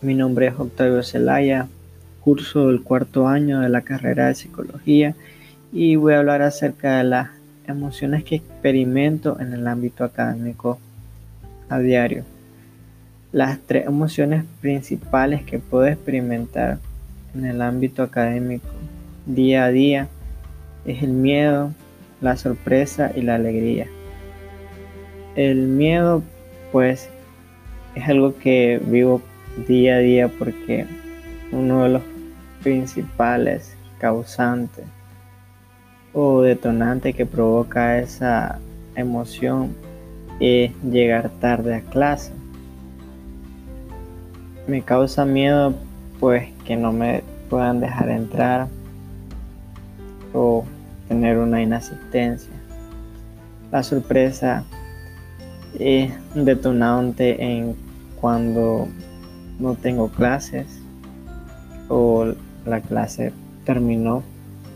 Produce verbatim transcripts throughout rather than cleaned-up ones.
Mi nombre es Octavio Zelaya, curso el cuarto año de la carrera de psicología y voy a hablar acerca de las emociones que experimento en el ámbito académico a diario. Las tres emociones principales que puedo experimentar en el ámbito académico día a día es el miedo, la sorpresa y la alegría. El miedo, pues, es algo que vivo día a día porque uno de los principales causantes o detonantes que provoca esa emoción es llegar tarde a clase. Me causa miedo pues que no me puedan dejar entrar o tener una inasistencia. La sorpresa es un detonante en cuando no tengo clases o la clase terminó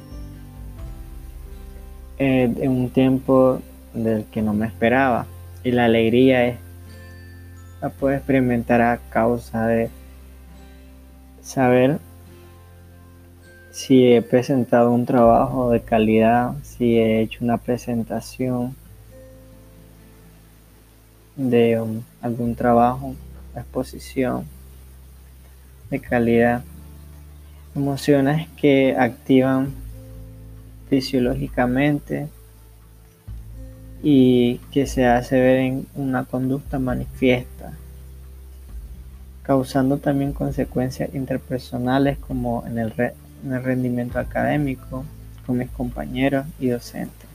eh, en un tiempo del que no me esperaba. Y la alegría es la puedo experimentar a causa de saber si he presentado un trabajo de calidad, si he hecho una presentación de um, algún trabajo, exposición de calidad. Emociones que activan fisiológicamente y que se hace ver en una conducta manifiesta, causando también consecuencias interpersonales como en el, re en el rendimiento académico con mis compañeros y docentes.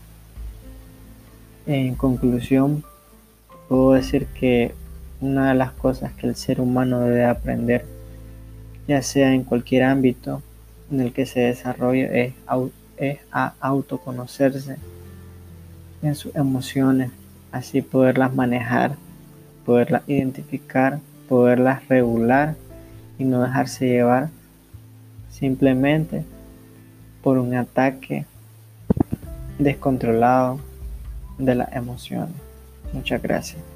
En conclusión, puedo decir que una de las cosas que el ser humano debe aprender, ya sea en cualquier ámbito en el que se desarrolle, es, es a autoconocerse en sus emociones, así poderlas manejar, poderlas identificar, poderlas regular y no dejarse llevar simplemente por un ataque descontrolado de las emociones. Muchas gracias.